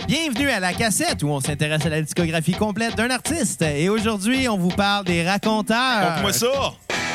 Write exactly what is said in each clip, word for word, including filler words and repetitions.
Bienvenue à La Cassette, où on s'intéresse à la discographie complète d'un artiste. Et aujourd'hui, on vous parle des raconteurs. Compte-moi ça!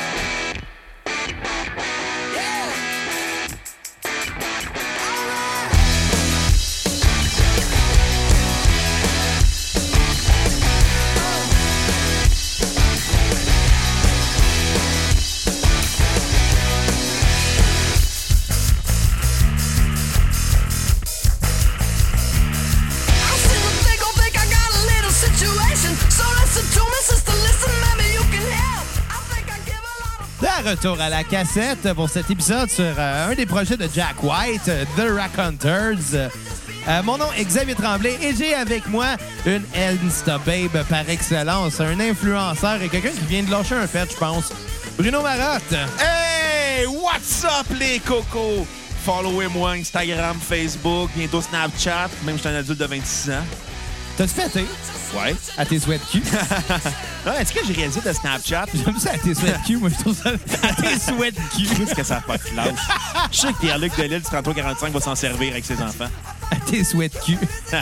De retour à La Cassette pour cet épisode sur euh, un des projets de Jack White, euh, The Raconteurs. Euh, mon nom est Xavier Tremblay et j'ai avec moi une Insta Babe par excellence, un influenceur et quelqu'un qui vient de lâcher un fait, je pense. Bruno Marotte. Hey! What's up, les cocos? Followez-moi Instagram, Facebook, bientôt Snapchat, même je suis un adulte de vingt-six ans. T'as-tu fêté? Ouais. À tes sweat cul. Non, est-ce que j'ai réalisé de Snapchat? J'aime ça à tes sweat cul, moi je trouve ça à tes sweat cul. Qu'est-ce que ça n'a pas de classe? Je sais que Pierre-Luc Delisle du trente-trois quarante-cinq va s'en servir avec ses enfants. À tes sweat cul.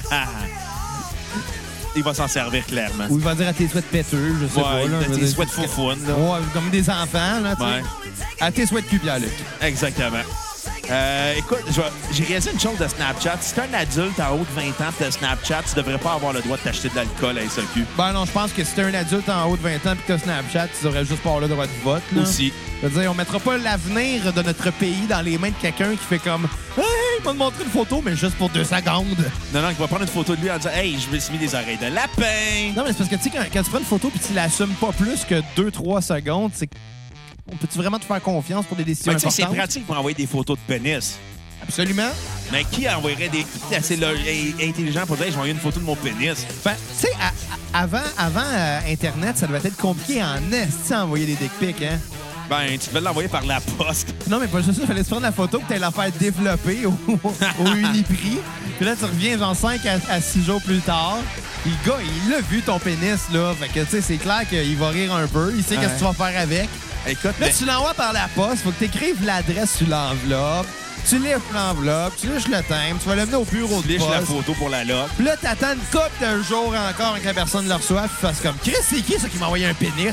Il va s'en servir clairement. Ou il va dire à tes sweat péteux, je sais Ouais, pas. Là, à tes sweat foufounes, là. Ouais, comme des enfants, là, tu sais. Ouais. À tes sweat cul, Pierre-Luc. Exactement. Euh, écoute, je vais- j'ai réalisé une chose de Snapchat. Si t'es un adulte en haut de vingt ans de Snapchat, tu devrais pas avoir le droit de t'acheter de l'alcool à S A Q. Ben non, je pense que si t'es un adulte en haut de vingt ans et que t'as Snapchat, tu devrais juste pas avoir le droit de vote. Là. Aussi. Je veux dire, on mettra pas l'avenir de notre pays dans les mains de quelqu'un qui fait comme « Hey, il m'a montré une photo, mais juste pour deux secondes. Non, non, il va prendre une photo de lui en disant « Hey, je me suis mis des oreilles de lapin! » » Non, mais c'est parce que, tu sais, quand, quand tu prends une photo et tu l'assumes pas plus que deux trois secondes, c'est... On peut-tu vraiment te faire confiance pour des décisions Ben, tu sais, c'est importantes? pratique pour envoyer des photos de pénis. Absolument. Mais qui envoyerait des... Qui est assez lo- intelligent pour dire hey, « Je vais envoyer une photo de mon pénis? Ben, tu sais, à- à- avant, avant euh, Internet, ça devait être compliqué en esti d'envoyer des dick pics, hein? » Ben, tu devais l'envoyer par la poste. Non, mais pas juste ça. Il fallait se prendre la photo et la faire développer au, au Uniprix. Puis là, tu reviens genre cinq à six jours plus tard. Puis le gars, il l'a vu, ton pénis, là. Fait que, tu sais, c'est clair qu'il va rire un peu. Il sait Ouais. qu'est-ce que tu vas faire avec. Écoute, Là, mais... tu l'envoies par la poste. Faut que tu écrives l'adresse sur l'enveloppe. Tu lèves l'enveloppe. Tu lèches le thème. Tu vas l'amener au bureau tu de liches la poste. photo pour la loque. Puis là, t'attends une couple de jours encore avec la personne le reçoive. Puis fasse comme, Chris, c'est qui ça qui m'a envoyé un pénis?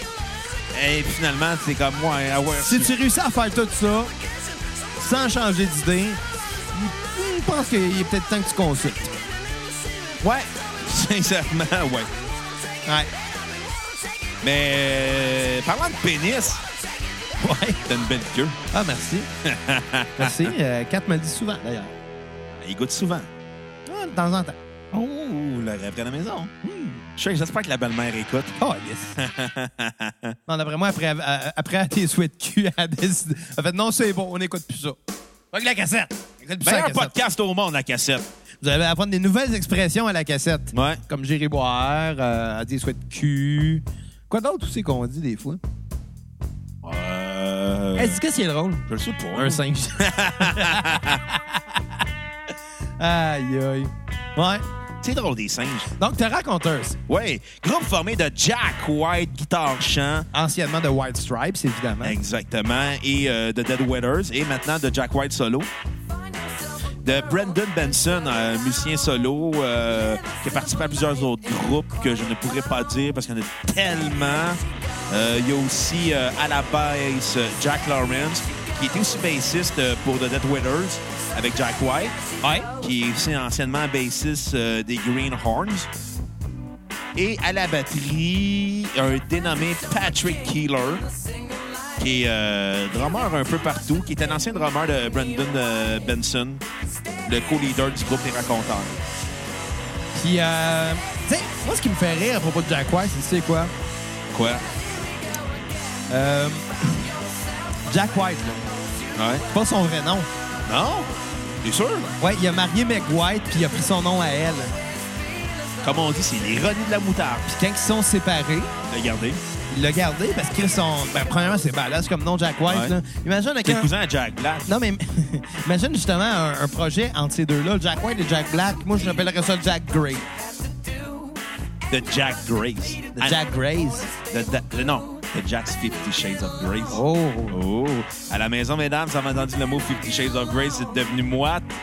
Et finalement, c'est comme moi. Ah ouais, Si tu réussis à faire tout ça sans changer d'idée, je pense qu'il est peut-être temps que tu consultes. Ouais. Sincèrement, ouais. Ouais. Mais euh, parlant de pénis, Ouais. t'as une belle queue. Ah, merci. Merci. Euh, Kat me le dit souvent, d'ailleurs. Il goûte souvent. Ah, de temps en temps. Oh, le rêve à la maison. Hmm. Je sais, j'espère que la belle-mère écoute. Oh, yes. Non, d'après moi, après, euh, après à tes souhaits de cul, elle a décidé. Elle a fait non, c'est bon, on n'écoute plus ça. Pas que la cassette. On écoute plus ça, la Meilleur cassette. podcast au monde, la cassette. Vous allez apprendre des nouvelles expressions à la cassette. Ouais. Comme j'irai boire, euh, à des souhaits de cul. Quoi d'autre aussi qu'on dit des fois? Euh... Est-ce que c'est drôle? Je le sais pas. Un singe. Aïe, aïe. Ouais. C'est drôle des singes. Donc, t'es raconteur. Ouais. Groupe formé de Jack White, guitare-chant. Anciennement de White Stripes, évidemment. Exactement. Et euh, de Dead Weathers. Et maintenant de Jack White solo. De Brendan Benson, un musicien solo euh, qui a participé à plusieurs autres groupes que je ne pourrais pas dire parce qu'il y en a tellement. Euh, il y a aussi euh, à la basse Jack Lawrence, qui était aussi bassiste pour The Dead Weathers avec Jack White, Ouais. qui est aussi anciennement bassiste euh, des Greenhorns. Et à la batterie, un dénommé Patrick Keeler, qui est euh, drummer un peu partout, qui est un ancien drummer de Brendan euh, Benson, le co-leader du groupe Les Raconteurs. Puis, euh, tu sais, moi, ce qui me fait rire à propos de Jack White, c'est tu sais quoi? Quoi? Euh, Jack White, là. Ouais. C'est pas son vrai nom. Non? T'es sûr? Ouais, il a marié Meg White, puis il a pris son nom à elle. Comme on dit, c'est l'ironie de la moutarde. Puis quand ils sont séparés, Regardez. il l'a gardé parce qu'ils sont... Ben, premièrement, c'est badass comme nom, Jack White. Ouais. Là. Imagine C'est avec le un... cousin à Jack Black. Non, mais imagine justement un, un projet entre ces deux-là, Jack White et Jack Black. Moi, je l'appellerais ça Jack Gray. De Jack Grace. De Jack Grace. De, de- de- non, de Jack's Fifty Shades of Grace. Oh. Oh. À la maison, mesdames, vous avez entendu le mot Fifty Shades of Grace, c'est devenu moi.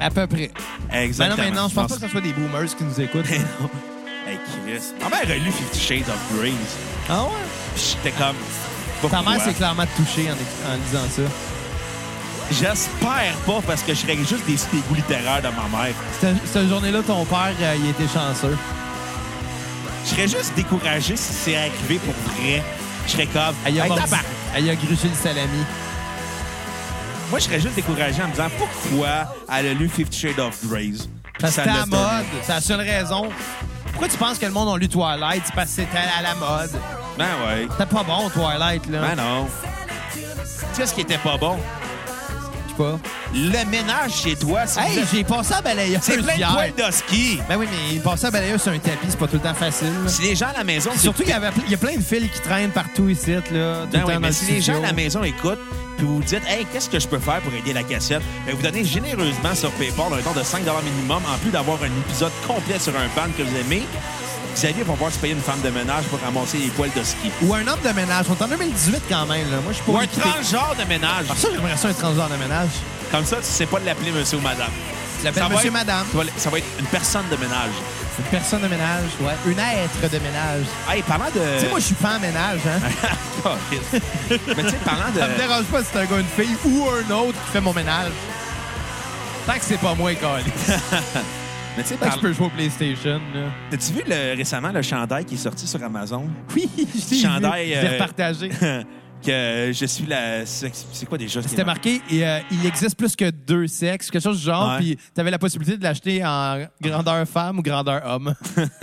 À peu près. Exactement. Ben non, mais non, je pense pas que ce soit des boomers qui nous écoutent. Hey, Chris. Ma mère a lu Fifty Shades of Grey. Ah ouais? Puis j'étais comme... Ta mère pourquoi? s'est clairement touchée en, en lisant ça. J'espère pas, parce que je serais juste des des goûts littéraires de ma mère. Cette, cette journée-là, ton père, euh, il était chanceux. Je serais juste découragé si c'est arrivé pour vrai. Je serais comme... Elle a, Hey, mordu- tabarnak. elle a gruché le salami. Moi, je serais juste découragé en me disant pourquoi elle a lu Fifty Shades of Grey. Parce que Ça c'était à l'a la mode. C'est la seule raison. Pourquoi tu penses que le monde a lu Twilight? C'est parce que c'était à la mode. Ben ouais. C'était pas bon, Twilight, là. Ben non. Tu sais ce qui était pas bon? Je sais pas. Le ménage chez toi, c'est Hey, j'ai passé à balayeuse c'est plein de hier. poils d'hoskie. Ben oui, mais passer à balayeuse sur un tapis, c'est pas tout le temps facile. là. Si les gens à la maison... Surtout qu'il y, avait, il y a plein de fils qui traînent partout ici, là. Tout Ben le oui, temps dans mais le si les gens à studio. la maison écoutent, puis vous vous dites, hey, qu'est-ce que je peux faire pour aider la cassette? Ben, vous donnez généreusement sur PayPal un temps de cinq minimum, en plus d'avoir un épisode complet sur un band que vous aimez. Xavier va pouvoir se payer une femme de ménage pour ramasser les poils de ski. Ou un homme de ménage. On est en deux mille dix-huit quand même, là. Moi, je suis pas Ou un équipé. transgenre de ménage. Ah, ça, j'aimerais ça un transgenre de ménage. Comme ça, tu sais pas l'appeler monsieur ou madame. Tu l'appelles Ça va monsieur, être- madame. Ça va, ça va être une personne de ménage. Une personne de ménage, ouais. Une être de ménage. Hey, parlant de... Tu sais, moi, je suis pas en ménage, hein. Mais tu sais, parlant de... Ça me dérange pas si c'est un gars, une fille ou un autre qui fait mon ménage. Tant que c'est pas moi, Carly. Mais tu sais, Tant que par... je peux jouer au PlayStation, là. T'as-tu vu le- récemment le chandail qui est sorti sur Amazon? Oui, je t'ai Chandail, vu. Je l'ai euh, repartagé. que je suis la... C'est c'est quoi déjà? C'était marqué, et, euh, il existe plus que deux sexes, quelque chose du genre, Ouais. puis tu avais la possibilité de l'acheter en grandeur femme ou grandeur homme.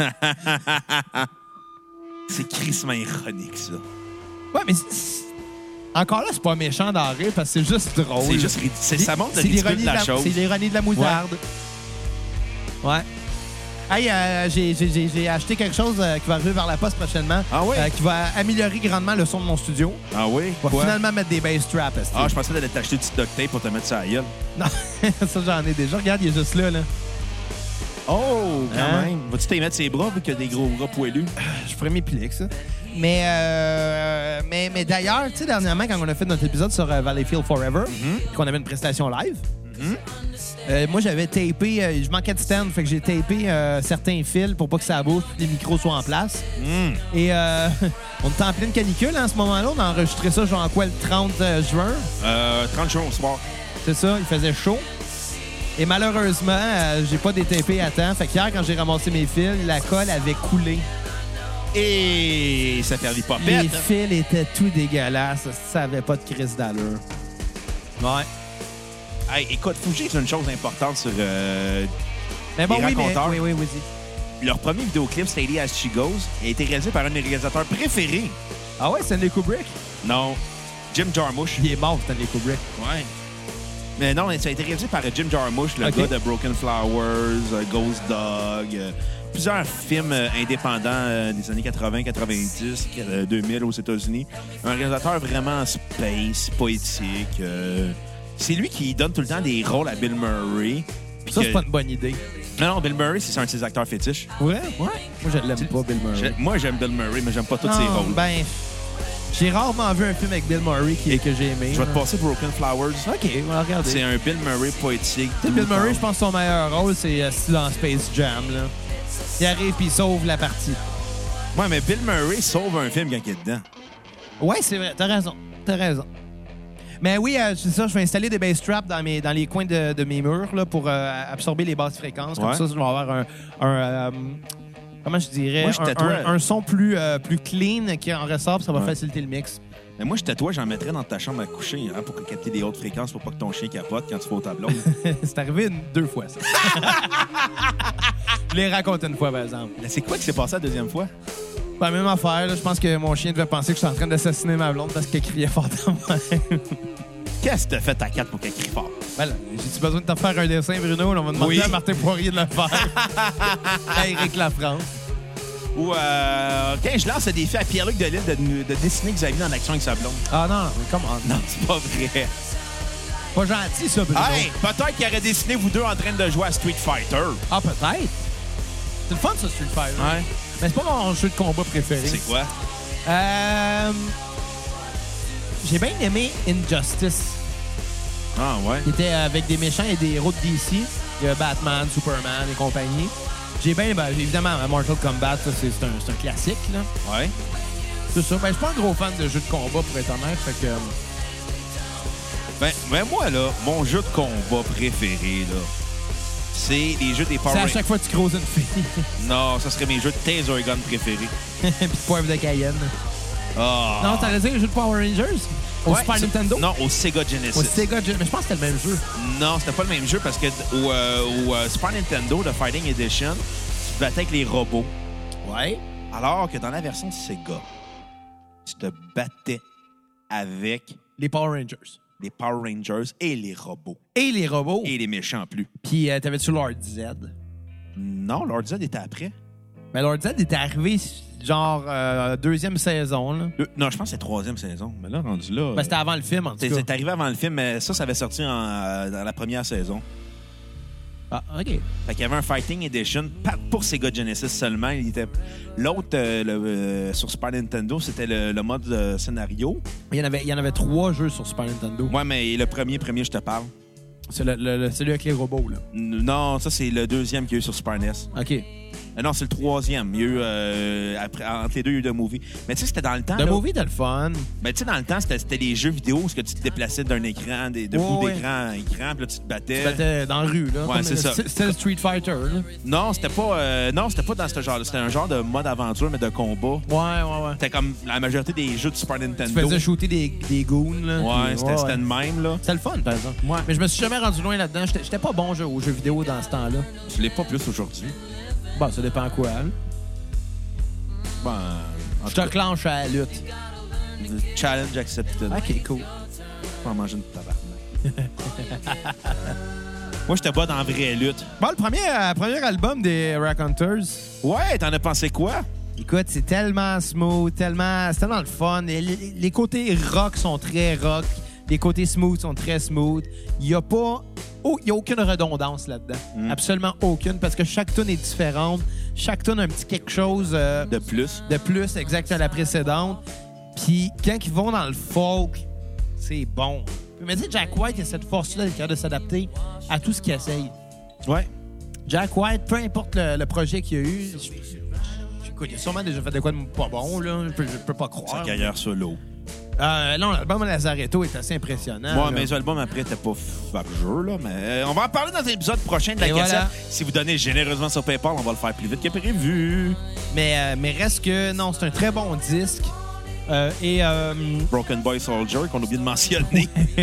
C'est crissement ironique, ça. Ouais, mais c'est- encore là, c'est pas méchant d'en rire parce que c'est juste drôle. C'est juste ridicule. C'est- Ça montre le C'est ridicule l'ironie de la chose. C'est l'ironie de la moutarde. Ouais. Hey, euh, j'ai- j'ai j'ai- j'ai acheté quelque chose euh, qui va arriver vers la poste prochainement. Ah oui? euh, qui va améliorer grandement le son de mon studio. Ah oui? On va Quoi? finalement mettre des bass traps. est-ce que- Ah, je pensais d'aller t'acheter du petit duct tape pour te mettre ça à la gueule. Non, ça j'en ai déjà. Regarde, il est juste là. là. Oh, quand Hein? même. Vas-tu t'y mettre ses bras vu qu'il y a des gros bras poilus? Je ferais mes pliques, ça. Mais, euh, mais, mais d'ailleurs, tu sais, dernièrement, quand on a fait notre épisode sur euh, Valleyfield Forever, Mm-hmm. qu'on avait une prestation live, euh, moi, j'avais tapé, euh, je manquais de stand, fait que j'ai tapé euh, certains fils pour pas que ça bouge, que les micros soient en place. Mm. Et euh, on était en pleine canicule hein, à ce moment-là. On a enregistré ça, genre quoi, le trente juin. Euh, trente jours au soir. C'est ça, il faisait chaud. Et malheureusement, euh, j'ai pas détapé à temps. Fait qu'hier, quand j'ai ramassé mes fils, la colle avait coulé. Et ça perdit pas Les bête. fils étaient tout dégueulasses. Ça avait pas de crise d'allure. Ouais. Hey, écoute, faut que je dise une chose importante sur euh, Mais bon, Les oui, mais... raconteurs. Oui, oui, vas-y. leur premier vidéoclip, Steady As She Goes, a été réalisé par un de mes réalisateurs préférés. Ah ouais, Stanley Kubrick? Non, Jim Jarmusch. Il est mort, Stanley Kubrick. Ouais. Mais non, ça a été réalisé par Jim Jarmusch, le Ok. gars de Broken Flowers, euh, Ghost Dog, euh, plusieurs films euh, indépendants euh, des années quatre-vingts, quatre-vingt-dix, euh, deux mille aux États-Unis. Un réalisateur vraiment space, poétique. euh, c'est lui qui donne tout le temps des rôles à Bill Murray. Puis Ça, que- c'est pas une bonne idée. Non, non, Bill Murray, c'est un de ses acteurs fétiches. Ouais? Ouais. Moi, je l'aime pas, Bill Murray. J'ai- Moi, j'aime Bill Murray, mais j'aime pas tous ses Non, rôles. Ben, j'ai rarement vu un film avec Bill Murray qui, Et que j'ai aimé. Je vais te là. passer Broken Flowers. OK, on va regarder. C'est un Bill Murray poétique. Tu sais, Bill doux, Murray, tendre. je pense que son meilleur rôle, c'est euh, style en Space Jam. Là. Il arrive puis il sauve la partie. Ouais, mais Bill Murray sauve un film quand il est dedans. Ouais, c'est vrai. T'as raison. T'as raison. Mais oui, euh, c'est ça. Je vais installer des bass traps dans, mes, dans les coins de, de mes murs là, pour euh, absorber les basses fréquences. Comme Ouais. ça, je vais avoir un... un, euh, comment je dirais? Moi, je un, tatouais- un, un son plus, euh, plus clean qui en ressort, puis ça va Ouais. faciliter le mix. Mais moi, je tatouais, j'en mettrais dans ta chambre à coucher hein, pour capter des hautes fréquences pour pas que ton chien capote quand tu fais au tableau. C'est arrivé une- deux fois, ça. Je l'ai raconté une fois, par exemple. Mais c'est quoi qui s'est passé la deuxième fois? Ben, même affaire, là, je pense que mon chien devait penser que je suis en train d'assassiner ma blonde parce qu'elle criait fort en moi. Qu'est-ce que t'as fait ta carte pour qu'elle crie fort? Ben là, j'ai-tu besoin de te faire un dessin, Bruno? On va demander Oui. à Martin Poirier de le faire. À Éric Lafrance. Ou, euh, quand je lance le défi à Pierre-Luc Delisle de, de dessiner Xavier en action avec sa blonde. Ah non, mais comment? Non, c'est pas vrai. Pas gentil, ça, Bruno. Hey, peut-être qu'il aurait dessiné vous deux en train de jouer à Street Fighter. Ah, peut-être. C'est le fun, ça, Street Fighter. Ouais. Mais c'est pas mon jeu de combat préféré. C'est quoi? Euh... J'ai bien aimé Injustice. Ah, ouais. Qui était avec des méchants et des héros de D C. Il y a Batman, Superman et compagnie. J'ai bien, ben, évidemment, Mortal Kombat, ça, c'est, c'est, un, c'est un classique, là. Ouais. C'est ça. Ben, je suis pas un gros fan de jeux de combat, pour être honnête, fait que... Ben, ben moi, là, mon jeu de combat préféré, là, c'est les jeux des Power C'est à Rangers. chaque fois que tu croses une fille. Non, ça serait mes jeux de Taser Gun préférés. Puis poivre de Cayenne. Ah. Non, t'allais dire les jeux de Power Rangers? Au Ouais, Super c'est- Nintendo? Non, au Sega Genesis. Au Sega Gen- Mais je pense que c'était le même jeu. Non, c'était pas le même jeu parce que au, euh, au euh, Super Nintendo, le Fighting Edition, tu te battais avec les robots. Ouais. Alors que dans la version Sega, tu te battais avec Les Power Rangers. les Power Rangers et les robots. Et les robots. Et les méchants plus. Puis euh, t'avais-tu Lord Z? Non, Lord Z était après. Mais Lord Z était arrivé genre euh, deuxième saison, là. Euh, non, je pense que c'est troisième saison. Mais là, rendu là... Ben, c'était avant le film, en tout C'est cas. c'est arrivé avant le film, mais ça, ça avait sorti en, euh, dans la première saison. Ah, OK. Fait qu'il y avait un Fighting Edition pas pour Sega Genesis seulement. Il était... L'autre, euh, le, euh, sur Super Nintendo, c'était le, le mode euh, scénario. Il y, en avait, il y en avait trois jeux sur Super Nintendo. Ouais, mais le premier, premier, je te parle. C'est le, le- le- celui avec les robots, là. N- Non, ça, c'est le deuxième qu'il y a eu sur Super N E S. OK. Euh, non, c'est le troisième. Il y a eu, euh, après, entre les deux, il y a eu The Movie. Mais tu sais, c'était dans le temps. The là, Movie, t'as le fun. Ben, tu sais, dans le temps, c'était, c'était les jeux vidéo où ce que tu te déplaçais d'un écran, des, de Ouais, bout ouais. d'écran à écran, puis là, tu te battais. Tu battais dans la rue, là. Ouais, Comme- c'est ça. C'était le Street Fighter, là. Non, c'était pas, euh, non, c'était pas dans ce genre. C'était un genre de mode aventure, mais de combat. Ouais, ouais, ouais. C'était comme la majorité des jeux de Super Tu Nintendo. faisais shooter des, des goons, là. Ouais, Puis- c'était, c'était le même, là. C'était le fun, par exemple. Ouais. Mais je me suis jamais rendu loin là-dedans. J'étais, j'étais pas bon jeu, aux jeux vidéo dans ce temps-là. Je l'ai pas plus aujourd'hui. Bon, ça dépend quoi, là. Ben, en Je tout te clenche à la lutte. cas, challenge accepted. OK, cool. On va manger une tabarnak. Moi, j'étais pas dans la vraie lutte. Bon, le premier, euh, premier album des Rock Hunters, Ouais, t'en as pensé quoi? écoute, c'est tellement smooth, tellement, c'est tellement le fun. Et les, les côtés rock sont très rock. Les côtés smooth sont très smooth. Il n'y a pas... Oh, il n'y a aucune redondance là-dedans. Mm. Absolument aucune, parce que chaque tune est différente. Chaque tune a un petit quelque chose euh, De plus. de plus exact à la précédente. Puis quand ils vont dans le folk, c'est bon. Mais tu sais, Jack White a cette force-là d'être capable de s'adapter à tout ce qu'il essaye. Ouais. Jack White, peu importe le, le projet qu'il y a eu, je- je- écoute, il a sûrement déjà fait de quoi de pas bon, là. Je peux, je peux pas Sa croire. carrière solo. Euh, non, l'album Lazaretto est assez impressionnant. Moi, là. mes albums après étaient pas fargeux, là, mais euh, on va en parler dans un épisode prochain de la Et cassette. voilà. Si vous donnez généreusement sur PayPal, on va le faire plus vite que prévu. Mais, euh, mais reste que, non, c'est un très bon disque. Euh, et euh, Broken Boy Soldier, qu'on oublie de mentionner.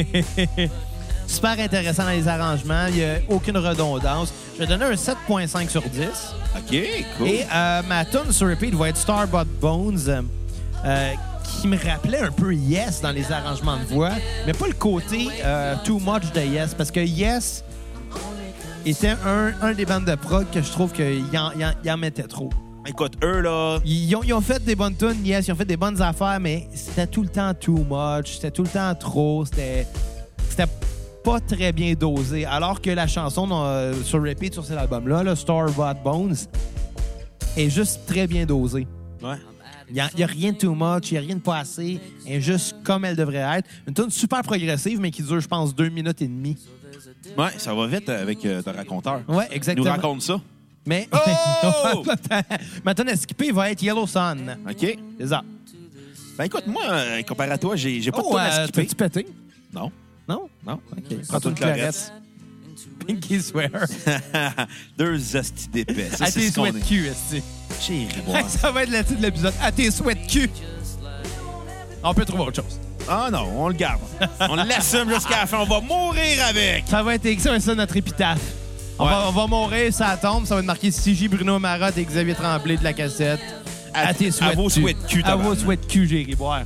super intéressant dans les arrangements. Il n'y a aucune redondance. Je vais donner un sept virgule cinq sur dix. OK, cool. Et euh, ma tune sur repeat va être Starbuck Bones, euh, qui me rappelait un peu Yes dans les arrangements de voix, mais pas le côté euh, too much de Yes, parce que Yes était un, un des bandes de prog que je trouve qu'il en, il en, il en mettait trop. Écoute, eux, là... Ils ont, ils ont fait des bonnes tunes, Yes, ils ont fait des bonnes affaires, mais c'était tout le temps too much, c'était tout le temps trop, c'était c'était pas très bien dosé. Alors que la chanson euh, sur repeat sur cet album-là, là, Starbuck Bones, est juste très bien dosée. Ouais. Il n'y a, il y a rien de too much, il n'y a rien de pas assez. Elle est juste comme elle devrait être. Une tune super progressive, mais qui dure, je pense, deux minutes et demie. Ouais, ça va vite avec euh, ton raconteur. Ouais, Il nous exactement. raconte ça. Mais Oh! ma tune à skipper va être Yellow Sun. OK. C'est ça. Ben écoute, moi, euh, comparé à toi, j'ai, j'ai pas de Oh, tourne à euh, skipper. t'as-tu pété? Non. Non? Non. OK. Prends Prends-toi une une clarette. Pinky swear. Deux hosties d'épais. Ça, À c'est tes ce qu'on souhaits de est. cul, esti. Chérie, boire. Ça va être le titre de l'épisode. À tes souhaits de cul. On peut trouver autre chose. Ah non, on le garde. On l'assume jusqu'à la fin. On va mourir avec. Ça va être ça, ça notre épitaphe. On, Ouais. va, on va mourir, ça tombe, ça va être marqué C J Bruno Marotte et Xavier Tremblay de la cassette. À, À tes souhaits à vos de cul. souhaits de cul, À vos tabarnak. souhaits de cul, j'ai ri boire.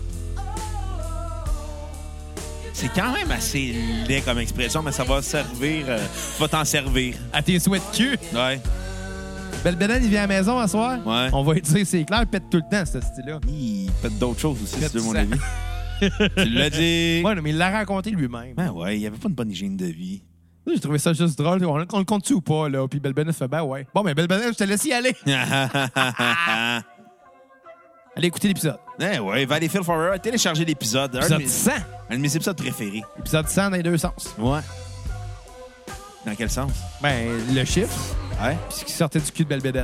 C'est quand même assez laid comme expression, mais ça va servir. Euh, tu vas t'en servir. À tes souhaits de cul. Ouais. Belle Bédane, il vient à la maison à soir. Ouais. On va lui dire, c'est clair, il pète tout le temps, ce style-là. Il pète d'autres choses aussi, Pète si tu veux mon ça. avis. Tu l'as dit. Ouais, non, mais il l'a raconté lui-même. Ben ouais, il n'y avait pas une bonne hygiène de vie. J'ai trouvé ça juste drôle. On, on le compte-tu ou pas, là? Puis Belle Bédane fait, ben ouais. Bon, mais Belle Bédane, je te laisse y aller. Allez écouter l'épisode. Eh ouais, Valley Feel Forever, télécharger l'épisode. Un, de Épisode mes- cent. un de mes épisodes préférés. Épisode cent dans les deux sens. Ouais. Dans quel sens? Ben, le chiffre, Ouais. puis ce qui sortait du cul de Belbédène.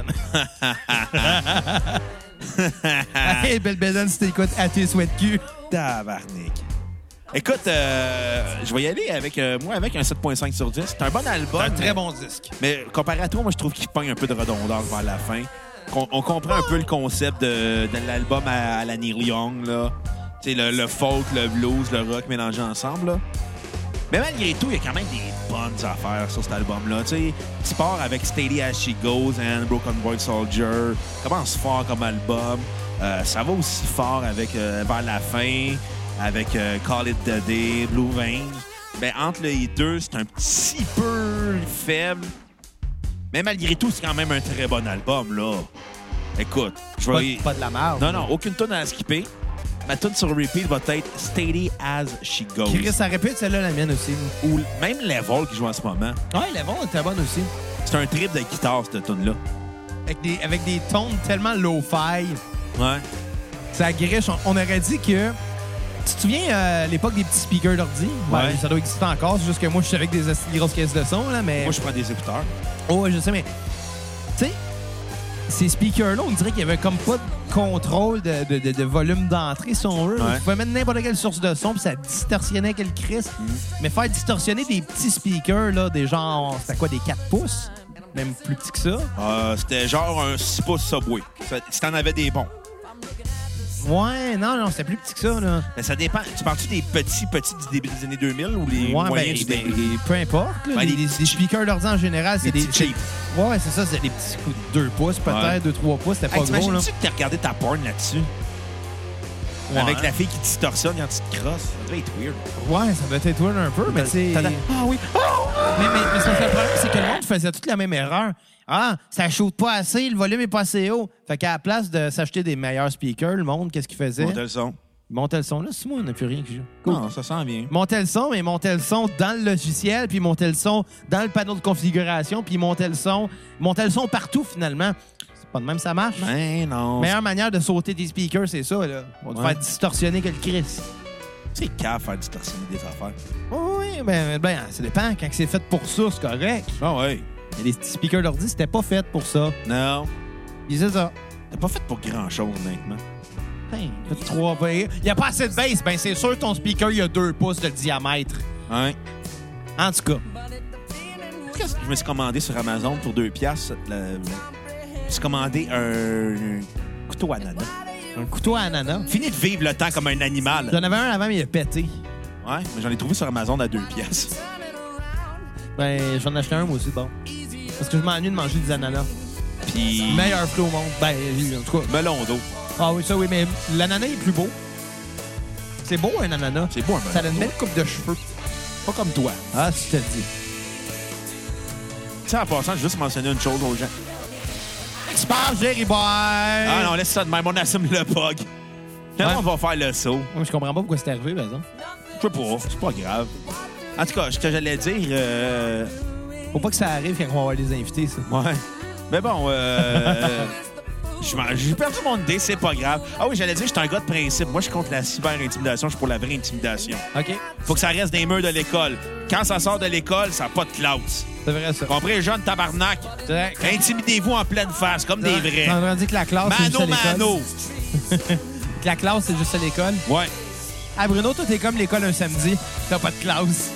Hey, Belbédène, si t'écoutes à tes souhaits de cul. Tabarnak. Écoute, euh, je vais y aller avec euh, moi avec un sept virgule cinq sur dix. C'est un bon album. C'est un très mais, bon disque. Mais comparé à toi, moi, je trouve qu'il pogne un peu de redondance vers la fin. On, on comprend un peu le concept de, de l'album à, à la Neil Young, là. Tu sais, le, le folk, le blues, le rock mélangés ensemble, là. Mais malgré tout, il y a quand même des bonnes affaires sur cet album-là. Tu sais, tu pars avec Steady As She Goes and Broken Boy Soldier. Commence fort comme album. Euh, ça va aussi fort avec euh, vers la fin, avec euh, Call It The Day, Blue Veins. Ben, entre les deux, c'est un petit peu faible. Mais malgré tout, c'est quand même un très bon album, là. Écoute, je Pas, vais... pas de la merde. Non, non, aucune tonne à skipper. Ma tune sur repeat va être Steady As She Goes. Chris, ça répète celle-là, la mienne aussi. Ou même Level qui joue en ce moment. Ouais, la vente était bonne aussi. C'est un trip de guitare, cette tune-là. Avec des, avec des tons tellement low-fi. Ouais. Ça griche. On, on aurait dit que... Tu te souviens euh, l'époque des petits speakers d'ordi? Ouais. Ben, ça doit exister encore. C'est juste que moi, je suis avec des, des grosses caisses de son, là, mais... Moi, je prends des écouteurs. Oh, ouais, je sais, mais... Tu sais, ces speakers-là, on dirait qu'il y avait comme pas de contrôle de, de, de, de volume d'entrée, si on veut. Ouais. Tu pouvais mettre n'importe quelle source de son, puis ça distorsionnait quel Christ. Mm. Mais faire distorsionner des petits speakers, là, des genre... C'était quoi, des quatre pouces? Même plus petits que ça? Euh, C'était genre un six pouces Subway. Ça- Si t'en avais des bons. Ouais, non, non, c'était plus petit que ça, là. Mais ça dépend. Tu parles-tu des petits, petits du début des années deux mille ou les Ouais, moyens ben, du ben, début? peu importe. Là, Ben, les, les les- petits les cheap. speakers d'ordi en général, c'est Les des... petits cheap. Ouais, c'est ça, c'est des petits coups de deux pouces, peut-être, Ouais. deux trois pouces, c'était pas Hey, gros, là. t'imagines-tu que t'as regardé ta porn là-dessus? Ouais. Avec la fille qui distorsionne quand tu te crosses. Ça devait être weird. Ouais, ça doit être weird un peu, mais c'est... T'as- Ah oui! Mais, mais, mais c'est parce que le problème, c'est que le monde faisait toute la même erreur. Ah, ça shoot pas assez, le volume est pas assez haut. Fait qu'à la place de s'acheter des meilleurs speakers, le monde, qu'est-ce qu'il faisait? Monte le son. Il montait le son. Là, c'est moi, on n'a plus rien qui joue. Non, ça sent bien. Il montait le son, mais il montait le son dans le logiciel, puis il montait le son dans le panneau de configuration, puis il montait le son... Il montait le son partout, finalement. C'est pas de même, ça marche. Ben non. Meilleure manière de sauter des speakers, c'est ça, là. On va te Ouais. faire distorsionner que le Chris. C'est cave faire distorsionner des affaires. Oui, ben, ben, ça dépend. Quand c'est fait pour ça, c'est correct. Ah ouais. Mais les petits speakers d'ordi, c'était pas fait pour ça. Non. Puis c'est ça. T'as pas fait pour grand-chose, honnêtement. Hey, fait trois Il n'y a pas assez de bass. Ben, c'est sûr que ton speaker, il y a deux pouces de diamètre. Ouais. En tout cas. Qu'est-ce que je me suis commandé sur Amazon pour deux piastres? Le... Je me suis commandé un... un couteau à ananas. Un couteau à ananas. Fini de vivre le temps comme un animal. J'en avais un avant, mais il a pété. Ouais, mais j'en ai trouvé sur Amazon à deux piastres. Ben, j'en ai acheté un, moi aussi, bon. Parce que je m'ennuie de manger des ananas. Puis... Meilleur fruit au monde. Ben, en tout cas. melon d'eau. Ah oui, ça, oui, mais l'ananas est plus beau. C'est beau, un ananas. C'est beau, un melon Ça a une d'eau. belle coupe de cheveux. Pas comme toi. Ah, si je te le dis. Tu sais, en passant, je veux juste mentionner une chose aux gens. Expert Jerry Boy! Ah non, laisse ça de même, on assume le bug. Quand Ouais. on va faire le saut? Moi, je comprends pas pourquoi c'est arrivé, par exemple. Je sais pas, c'est pas grave. En tout cas, ce que j'allais dire... Euh... Faut pas que ça arrive quand on va avoir des invités, ça. Ouais. Mais bon, euh... je m'en- j'ai perdu mon idée, c'est pas grave. Ah oui, j'allais dire, je suis un gars de principe. Moi, je suis contre la cyber-intimidation, je suis pour la vraie intimidation. OK. Faut que ça reste des murs de l'école. Quand ça sort de l'école, ça n'a pas de classe. C'est vrai, ça. Comprenez, jeunes tabarnak? C'est vrai. Intimidez-vous en pleine face, comme des T'es vrais. en train de dire que la classe, c'est juste à Mano, l'école. mano. Que la classe, c'est juste à l'école. Ouais. Ah, Bruno, toi, t'es comme l'école un samedi. T'as pas de classe.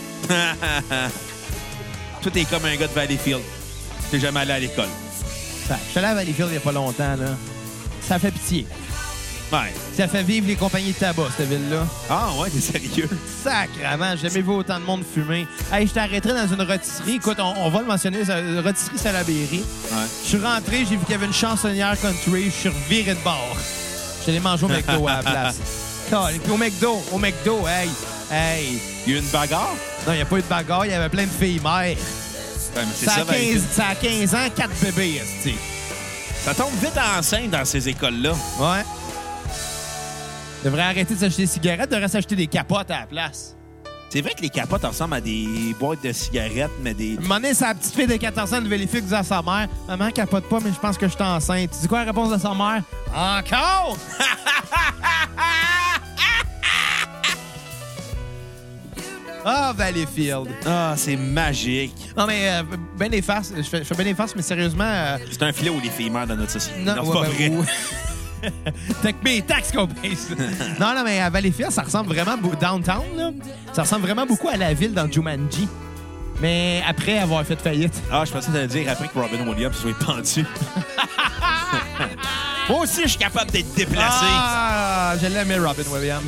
Toi, t'es comme un gars de Valleyfield. T'es jamais allé à l'école. Ça, je suis allé à Valleyfield il y a pas longtemps, là. Ça fait pitié. Ouais. Ça fait vivre les compagnies de tabac, cette ville-là. Ah ouais, t'es sérieux? Sacrement, j'ai jamais vu autant de monde fumer. Hey, je t'arrêterai dans une rôtisserie. Écoute, on, on va le mentionner, c'est une rôtisserie Salaberry. Ouais. Je suis rentré, j'ai vu qu'il y avait une chansonnière country. Je suis reviré de bord. Je suis allé manger au McDo à la place. Calique, Au McDo, au McDo, hey, hey. Il y a eu une bagarre? Non, il n'y a pas eu de bagarre, il y avait plein de filles mères. Ouais, mais c'est Ça, ça, a quinze, Valleyfield. ça a quinze ans, quatre bébés, esti. Ça tombe vite enceinte dans ces écoles-là. Ouais. Devrait arrêter de s'acheter des cigarettes, devrait s'acheter des capotes à la place. C'est vrai que les capotes ressemblent à des boîtes de cigarettes, mais des... Un moment donné, c'est la petite fille de quatorze ans de Valleyfield qui disait à sa mère « Maman, capote pas, mais je pense que je suis enceinte. » Tu dis quoi la réponse de sa mère? « Encore? » Ah, Valleyfield. Ah, c'est magique. Non, mais euh, ben des farces. Je fais, je fais ben des farces, mais sérieusement... Euh... C'est un filet où les filles meurent dans notre société. Non, non c'est ouais, pas ben, vrai. Ouais. T'as que mes taxes qu'on paye. Non, non, mais à Valleyfield, ça ressemble vraiment... Beau... Downtown, là, ça ressemble vraiment beaucoup à la ville dans Jumanji. Mais après avoir fait faillite. Ah, je pensais que t'allais dire après que Robin Williams soit pendu. Moi aussi, je suis capable d'être déplacé. Ah, je l'aimais, Robin Williams.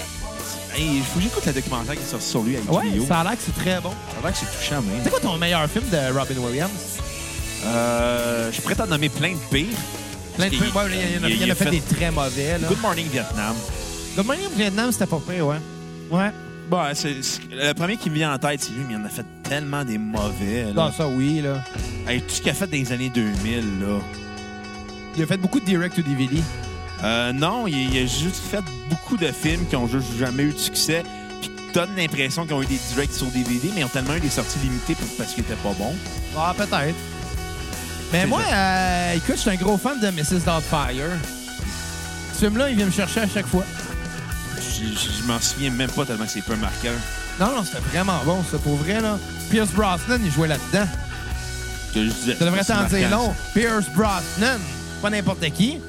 Il faut que j'écoute le documentaire qui est sorti sur lui avec Ouais, vidéo. ça a l'air que c'est très bon. Ça a l'air que c'est touchant, même. C'est quoi ton meilleur film de Robin Williams? Euh, je suis prêt à nommer plein de pires. Plein de films. Ouais, il y en a, il y en a fait, fait des très mauvais. Là. Good Morning Vietnam. Good Morning Vietnam, c'était pas pire, ouais. Ouais. Bon, c'est, c'est, le premier qui me vient en tête, c'est lui, mais il en a fait tellement des mauvais. Là. Non, ça, oui, là. Hey, tout ce qu'il a fait dans les années deux mille, là. Il a fait beaucoup de direct-to-D V D. Euh, non, il, il a juste fait beaucoup de films qui ont juste jamais eu de succès. Puis donne l'impression qu'ils ont eu des directs sur D V D, mais ils ont tellement eu des sorties limitées pour, parce qu'ils étaient pas bons. Ah, peut-être. Mais c'est moi, euh, écoute, je suis un gros fan de missus Doubtfire. Ce film-là, il vient me chercher à chaque fois. Je, je, je m'en souviens même pas tellement que c'est peu marquant. Non, non, c'était vraiment bon, ça, pour vrai, là. Pierce Brosnan, il jouait là-dedans. Que je disais, ça devrait t'en dire long. Ça. Pierce Brosnan, pas n'importe qui.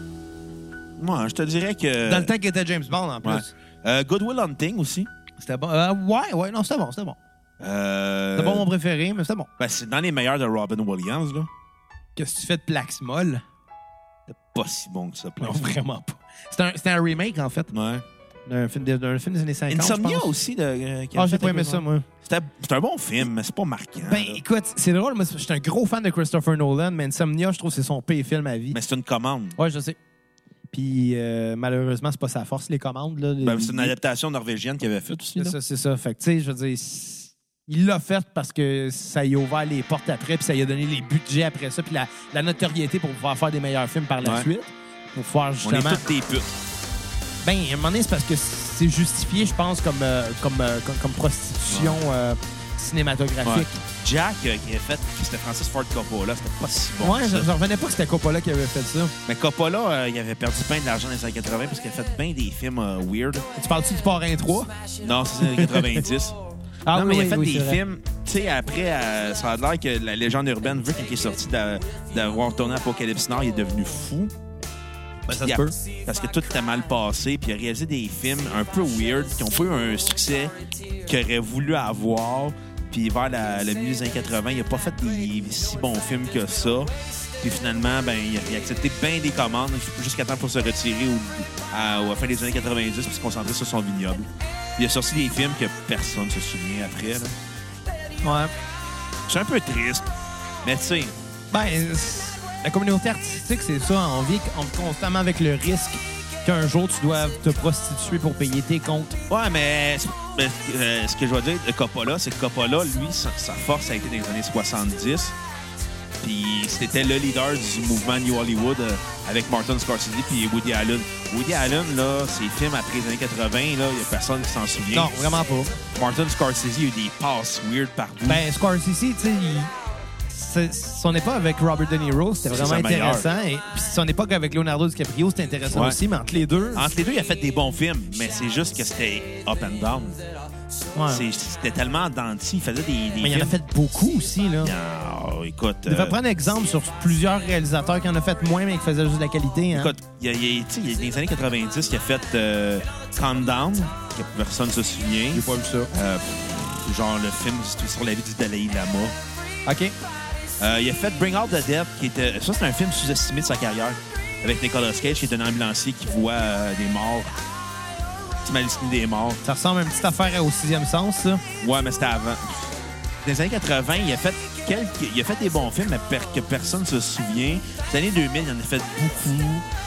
Moi, je te dirais que... Dans le temps qu'il était James Bond, en plus. Ouais. Euh, Good Will Hunting aussi. C'était bon. Euh, ouais, ouais, non, c'était bon, c'était bon. Euh... C'était pas mon préféré, mais c'était bon. Ben, c'est dans les meilleurs de Robin Williams, là. Qu'est-ce que tu fais de Plaxmol? C'était pas si bon que ça, Non, vraiment pas. C'était un, c'était un remake, en fait. Ouais. D'un film, des, d'un film des années cinquante, Insomnia je pense. aussi. De, euh, Ah, j'ai pas aimé ça, moi. C'était, c'était un bon film, mais c'est pas marquant. Ben, là. écoute, c'est drôle. Moi, je suis un gros fan de Christopher Nolan, mais Insomnia, je trouve que c'est son pire film à vie. Mais c'est une commande. Ouais, je sais. Puis, euh, malheureusement, c'est pas sa force, les commandes. Là, Ben, les... c'est une adaptation norvégienne qu'il avait faite aussi. C'est Là. ça, c'est ça. Fait que, tu sais, je veux dire, il l'a fait parce que ça y a ouvert les portes après, puis ça y a donné les budgets après ça, puis la, la notoriété pour pouvoir faire des meilleurs films par la Ouais. suite. Pour pouvoir justement. On est toutes des putes. Ben, à un moment donné, c'est parce que c'est justifié, je pense, comme, euh, comme, euh, comme, comme prostitution Ouais. euh, cinématographique. Ouais. Jack, euh, qui a fait, c'était Francis Ford Coppola, c'était pas si bon. Ouais, que je, ça. je revenais pas que c'était Coppola qui avait fait ça. Mais Coppola, euh, il avait perdu plein d'argent dans les années quatre-vingts parce qu'il a fait bien des films euh, weird. Tu parles-tu du Parrain trois? Non, c'est les années quatre-vingt-dix. Ah, non, oui, mais il a oui, fait oui, des c'est vrai. films, tu sais, après, euh, ça a l'air que la légende urbaine veut qu'il est sorti d'a- d'avoir tourné Apocalypse Now, il est devenu fou. Ben, ça Puis se peut. Parce que tout était mal passé, puis il a réalisé des films un peu weird qui ont pas eu un succès qu'il aurait voulu avoir. Puis vers la, le milieu des années quatre-vingts, il a pas fait des si bons films que ça. Puis finalement, ben, il a, il a accepté bien des commandes jusqu'à temps pour se retirer au, à, à la fin des années quatre-vingt-dix puis se concentrer sur son vignoble. Il a sorti des films que personne ne se souvient après. Là. Ouais. C'est un peu triste. Mais tu sais, Ben, la communauté artistique, c'est ça. On vit constamment avec le risque qu'un jour, tu dois te prostituer pour payer tes comptes. ouais, mais, mais, euh, ce que je veux dire de Coppola, c'est que Coppola, lui, sa, sa force a été dans les années soixante-dix. Puis c'était le leader du mouvement New Hollywood euh, avec Martin Scorsese puis Woody Allen. Woody Allen, là, ses films après les années quatre-vingts, là, il n'y a personne qui s'en souvient. Non, vraiment pas. Martin Scorsese, il y a eu des passes weird partout. Ben, Scorsese, tu sais, il... c'est- son époque avec Robert De Niro, c'était C'est vraiment sa meilleure. intéressant. Et puis son époque avec Leonardo DiCaprio, c'était intéressant Ouais. aussi, mais entre les deux... Entre les deux, il a fait des bons films, mais c'est juste que c'était up and down. Ouais. C'est- C'était tellement denti. Il faisait des, des Mais il en a films... fait beaucoup aussi, là. Oh, écoute... Tu devrais euh, prendre exemple sur plusieurs réalisateurs qui en ont fait moins, mais qui faisaient juste de la qualité. Hein? Écoute, il y a, il y a- tu sais, il y a des années quatre-vingt-dix, il a fait euh, Calm Down, que personne ne se souvient. J'ai pas vu ça. Euh, pff, genre le film sur la vie du Dalai Lama. OK. Euh, il a fait Bring Out the Dead, qui était... Ça, c'est un film sous-estimé de sa carrière. Avec Nicolas Cage, qui est un ambulancier qui voit euh, des morts. Petit Malicini des morts. Ça ressemble à une petite affaire au sixième sens, ça. Ouais, mais c'était avant. Dans les années quatre-vingts, il a fait quelques... il a fait des bons films, mais per- que personne ne se souvient. Dans les années deux mille, il en a fait beaucoup.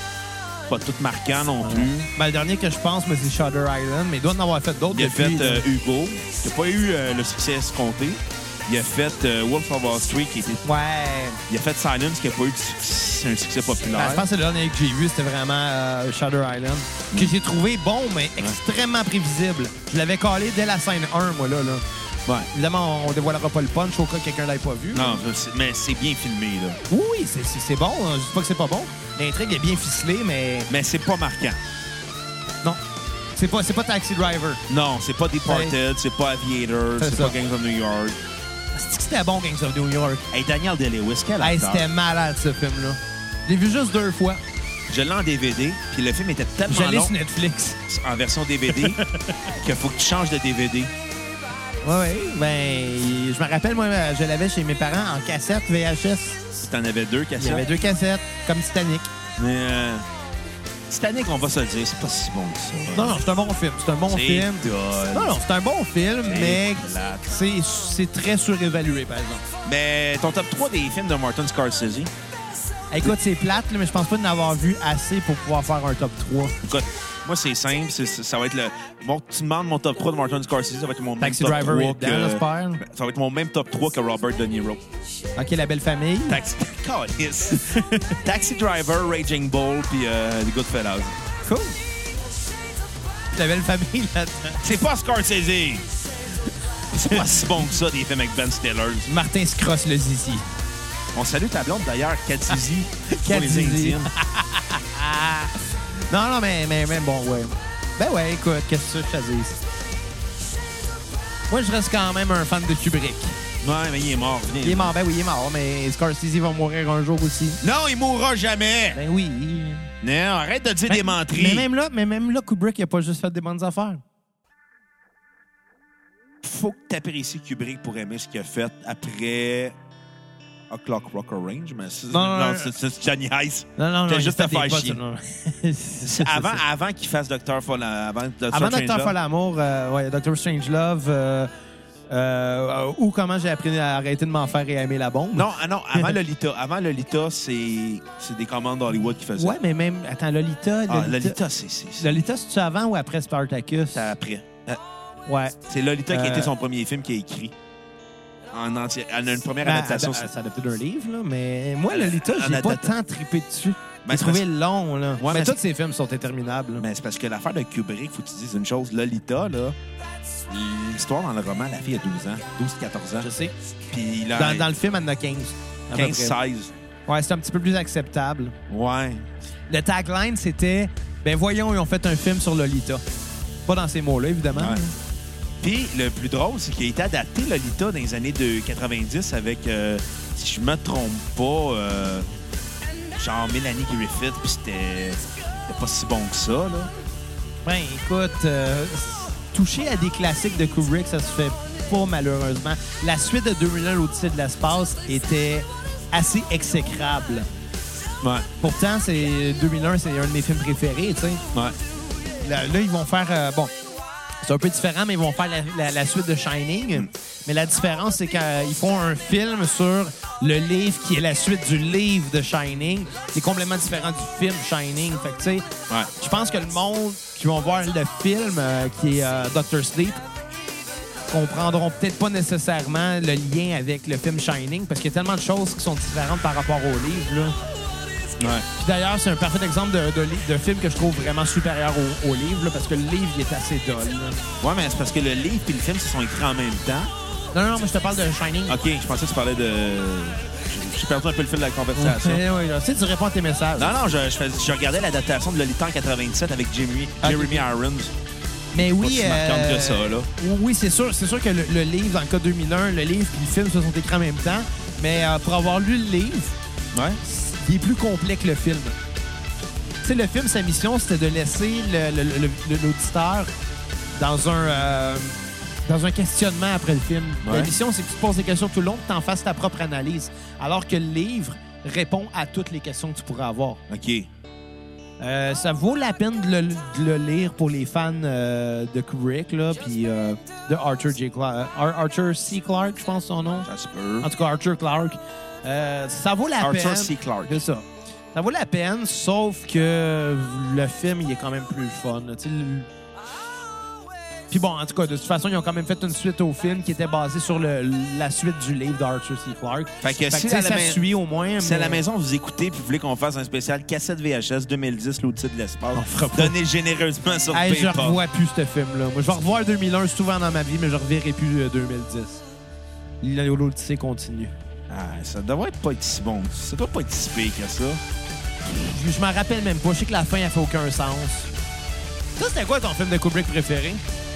Pas tout marquant non plus. Ben, le dernier que je pense, mais c'est Shutter Island, mais il doit en avoir fait d'autres Il a depuis. fait euh, Hugo, qui n'a pas eu euh, le succès escompté. Il a fait euh, Wolf of Wall Street, qui était... Ouais. Il a fait Silence, qui n'a pas eu de succès, un succès populaire. Ben, je pense que c'est le dernier que j'ai vu, c'était vraiment euh, Shutter Island. Que j'ai trouvé bon, mais extrêmement prévisible. Je l'avais collé dès la scène un, moi, là. là. Ouais. Évidemment, on ne dévoilera pas le punch au cas que quelqu'un l'ait pas vu. Non, c'est- mais c'est bien filmé, là. Oui, oui, c'est- c'est c'est bon. hein. Je dis pas que c'est pas bon. L'intrigue est bien ficelée, mais Mais c'est pas marquant. non. C'est pas, c'est pas Taxi Driver. Non, c'est pas Departed, c'est pas Aviator, C'est c'est ça. pas Gangs of New York. C'est que c'était bon, Gangs of New York. Hey, Daniel Day-Lewis, quel Hey, acteur. c'était malade, ce film-là. Je l'ai vu juste deux fois. Je l'ai en D V D, puis le film était tellement Je l'ai long sur Netflix. en version D V D qu'il faut que tu changes de D V D. Ouais, ouais. Ben, je me rappelle, moi, je l'avais chez mes parents en cassette V H S. Si t'en avais deux, Il y cassettes. avait deux cassettes, comme Titanic. Mais euh, Titanic, on va se le dire, c'est pas si bon que ça. Non, non, c'est un bon film. C'est un bon C'est film. dole. Non, non, c'est un bon film, C'est mais plate. c'est, c'est très surévalué, par exemple. Mais ton top trois des films de Martin Scorsese? Écoute, c'est plate, là, mais je pense pas d'en avoir vu assez pour pouvoir faire un top trois. Écoute, moi, c'est simple. c'est- c'est- ça va être le. Bon, tu demandes mon top trois de Martin Scorsese, ça va être mon Taxi même top Driver trois est dedans, que. j'espère. Ça va être mon même top trois que Robert De Niro. OK, La Belle Famille. Taxi. Calice. Taxi Driver, Raging Bull, puis euh, The Goodfellas. Cool. La Belle Famille, là-dedans. C'est pas Scorsese! C'est pas si bon que ça, des films avec Ben Stiller. Martin se crosse le zizi. On salue ta blonde, d'ailleurs, Katizi, pour Kat les Zizi. intimes. Non, non, mais, mais, mais bon, ouais. Ben ouais, écoute, qu'est-ce que je te dis? Moi, je reste quand même un fan de Kubrick. Ouais, mais il est mort. Viens. Il est mort, ben oui, il est mort, mais Scorsese va mourir un jour aussi. Non, il mourra jamais! Ben oui. Non, arrête de dire Mais- des menteries. Mais même là, mais même là, Kubrick, il a pas juste fait des bonnes affaires. Faut que tu apprécies Kubrick pour aimer ce qu'il a fait après A Clockwork Orange. Mais c'est, Non, non, non, non. c'est, c'est Johnny Ice. Non, non, non. T'as il juste a à fait faire des bonnes- chier. non. Avant, avant qu'il fasse Docteur Fall, avant Doctor Avant Docteur Strangelove. Folamour, euh, ouais, Doctor Strangelove, euh, euh, ou comment j'ai appris à arrêter de m'en faire et à aimer la bombe. Non, ah non, avant Lolita. Avant Lolita, c'est, c'est des commandes d'Hollywood qui faisaient. Ouais, mais même. Attends, Lolita. Ah, Lolita, Lolita, c'est, c'est, c'est, Lolita, c'est-tu avant ou après Spartacus? c'est après. Euh, Ouais. C'est Lolita qui a Euh, été son premier film qu'il a écrit. En entier. Elle a une première Ben, adaptation. ad- c'est adapté d'un livre, là, mais moi, Lolita, En j'ai pas adapta- tant trippé dessus. Ben, J'ai c'est trouvé parce- long, là. Ouais, mais mais tous c'est- ces films sont interminables. là. Mais c'est parce que l'affaire de Kubrick, faut que tu dises une chose. Lolita, là, l'histoire dans le roman, la fille a douze ans, douze quatorze ans. Je sais. Puis là, Dans, dans le film, elle en a quinze. à peu quinze près. seize. Ouais, c'est un petit peu plus acceptable. Ouais. Le tagline, c'était ben voyons, ils ont fait un film sur Lolita. Pas dans ces mots-là, évidemment. Ouais. Puis le plus drôle, c'est qu'il a été adapté, Lolita, dans les années de quatre-vingt-dix avec, euh, si je me trompe pas, euh, genre Mélanie Griffith, puis c'était c'était pas si bon que ça, là. Ben, écoute, euh, toucher à des classiques de Kubrick, ça se fait pas malheureusement. La suite de deux mille un, l'Odyssée de l'espace, était assez exécrable. Ouais. Pourtant, c'est deux mille un, c'est un de mes films préférés, tu sais. Ouais. Là, là, ils vont faire... euh, bon, c'est un peu différent, mais ils vont faire la, la- la suite de Shining. Mm. Mais la différence, c'est qu'ils font un film sur le livre qui est la suite du livre de Shining, qui est complètement différent du film Shining. Fait que, tu sais, Ouais. je pense que le monde qui vont voir le film, euh, qui est euh, Doctor Sleep, comprendront peut-être pas nécessairement le lien avec le film Shining, parce qu'il y a tellement de choses qui sont différentes par rapport au livre, là. Ouais. Puis d'ailleurs, c'est un parfait exemple de, de, li- de film que je trouve vraiment supérieur au, au livre, là, parce que le livre, il est assez dole. là. Ouais, mais c'est parce que le livre et le film se sont écrits en même temps. Non, non, non, mais je te parle de Shining. OK, je pensais que tu parlais de... J'ai- J'ai perdu un peu le fil de la conversation. Ouais, ouais, là. Tu sais, tu réponds à tes messages. Non, non, je, je, fais- je regardais l'adaptation de Lolita en quatre-vingt-dix-sept avec Jeremy, Ok. Jeremy Irons. Mais Pas oui, si marquante que ça, là. oui, c'est sûr, c'est sûr que le, le livre, dans le cas deux mille un, le livre et le film se sont écrits en même temps. Mais euh, pour avoir lu le livre, Ouais. il est plus complet que le film. Tu sais, le film, sa mission, c'était de laisser le- le- le- le- l'auditeur dans un, euh, dans un questionnement après le film. Ouais. La mission, c'est que tu te poses des questions tout le long, que tu en fasses ta propre analyse. Alors que le livre répond à toutes les questions que tu pourrais avoir. OK. Euh, ça vaut la peine de le, de le lire pour les fans euh, de Kubrick, là, puis euh, de Arthur J. Clarke. Ar- Arthur C. Clarke, je pense son nom. Ça se peut. En tout cas, Arthur Clarke. Euh, ça vaut la peine. Arthur C. Clarke. C'est ça. Ça vaut la peine, sauf que le film, il est quand même plus fun. Tu sais, le- Puis bon, en tout cas, de toute façon, ils ont quand même fait une suite au film qui était basée sur le, la suite du livre d'Arthur C. Clarke. Fait que Fait que, si tu sais, à la ça main- suit au moins. Si à mais- la maison, vous écoutez et vous voulez qu'on fasse un spécial cassette V H S deux mille dix, l'outil de l'espace, On fera pas. donnez généreusement sur Hey, je PayPal. revois plus ce film-là. Moi, je vais revoir deux mille un souvent dans ma vie, mais je ne reverrai plus euh, deux mille dix. L'Odyssée continue. Ah, ça devrait pas être si bon. Ça doit pas être si pire que ça. Je, je m'en rappelle même pas. Je sais que la fin, elle fait aucun sens. Toi, c'était quoi ton film de Kubrick préféré?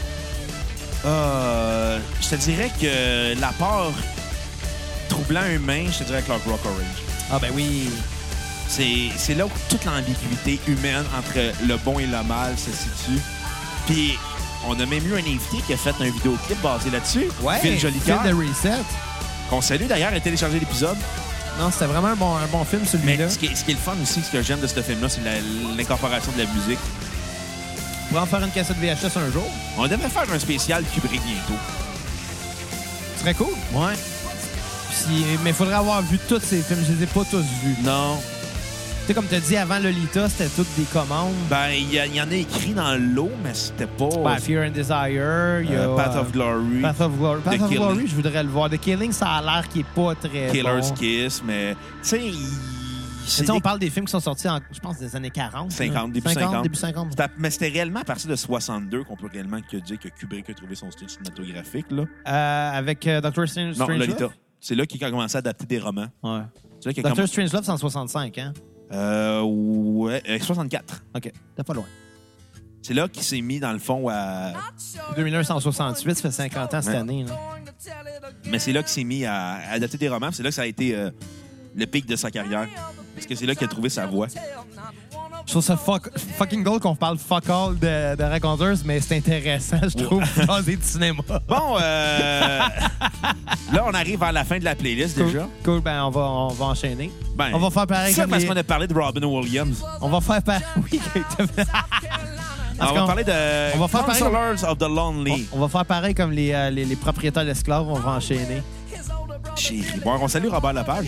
Euh, je te dirais que la part troublant humain, je te dirais Clockwork Orange. Ah ben oui. C'est, c'est là où toute l'ambiguïté humaine entre le bon et le mal se situe. Puis, on a même eu un invité qui a fait un vidéoclip basé là-dessus. Ouais, Phil Jolicoeur. Phil de Reset. Qu'on salue d'ailleurs et télécharger l'épisode. Non, c'était vraiment un bon, un bon film, Mais celui-là. ce qui, est, ce qui est le fun aussi, ce que j'aime de ce film-là, c'est la, l'incorporation de la musique. On pourrait en faire une cassette V H S un jour. On devrait faire un spécial Kubrick bientôt. Ce serait cool. Ouais. Puis, mais il faudrait avoir vu tous ces films. Je les ai pas tous vus. Non. Tu sais, comme tu as dit, avant Lolita, c'était toutes des commandes. Ben, il y, y en a écrit dans l'eau, mais c'était pas... Ben, Fear and Desire, il y a... Euh, Path of Glory. Path of Glory. Path The of Killing. Glory, je voudrais le voir. The Killing, ça a l'air qu'il est pas très Killer's bon. Kiss, mais... Tu sais, il... Tu sais, on parle des films qui sont sortis, en, je pense, des années quarante. cinquante, là. début cinquante. Début cinquante. C'était- Mais c'était réellement à partir de soixante-deux qu'on peut réellement que dire que Kubrick a trouvé son style cinématographique, là. Euh, avec euh, Doctor Strange, Non, Strangelove? Lolita. C'est là qu'il a commencé à adapter des romans. Ouais. C'est là qu'il a Doctor comm- Strangelove, c'est en soixante-cinq, hein? Euh, ouais, euh, soixante-quatre. OK, t'es pas loin. C'est là qu'il s'est mis, dans le fond, à... deux mille un, c'est en soixante-huit, ça fait cinquante ans cette Ouais. année. Là. Mais c'est là qu'il s'est mis à, à adapter des romans. C'est là que ça a été euh, le pic de sa carrière. Parce que c'est là qu'il a trouvé sa voix. Je trouve ça fuck, fucking drôle qu'on parle fuck all de, de raconteurs, mais c'est intéressant, je trouve, jaser du cinéma. Bon, euh, là, on arrive vers la fin de la playlist, Cool. déjà. Cool, ben on va, on va enchaîner. Ben, On va faire pareil ça, comme parce les- qu'on a parlé de Robin Williams. On va faire pareil... Oui, on va parler de on va faire pareil comme- Counselors of the Lonely. on, on va faire pareil comme les, euh, les, les propriétaires d'esclaves, on va enchaîner. Chérie. Bon, on salue Robert Lepage.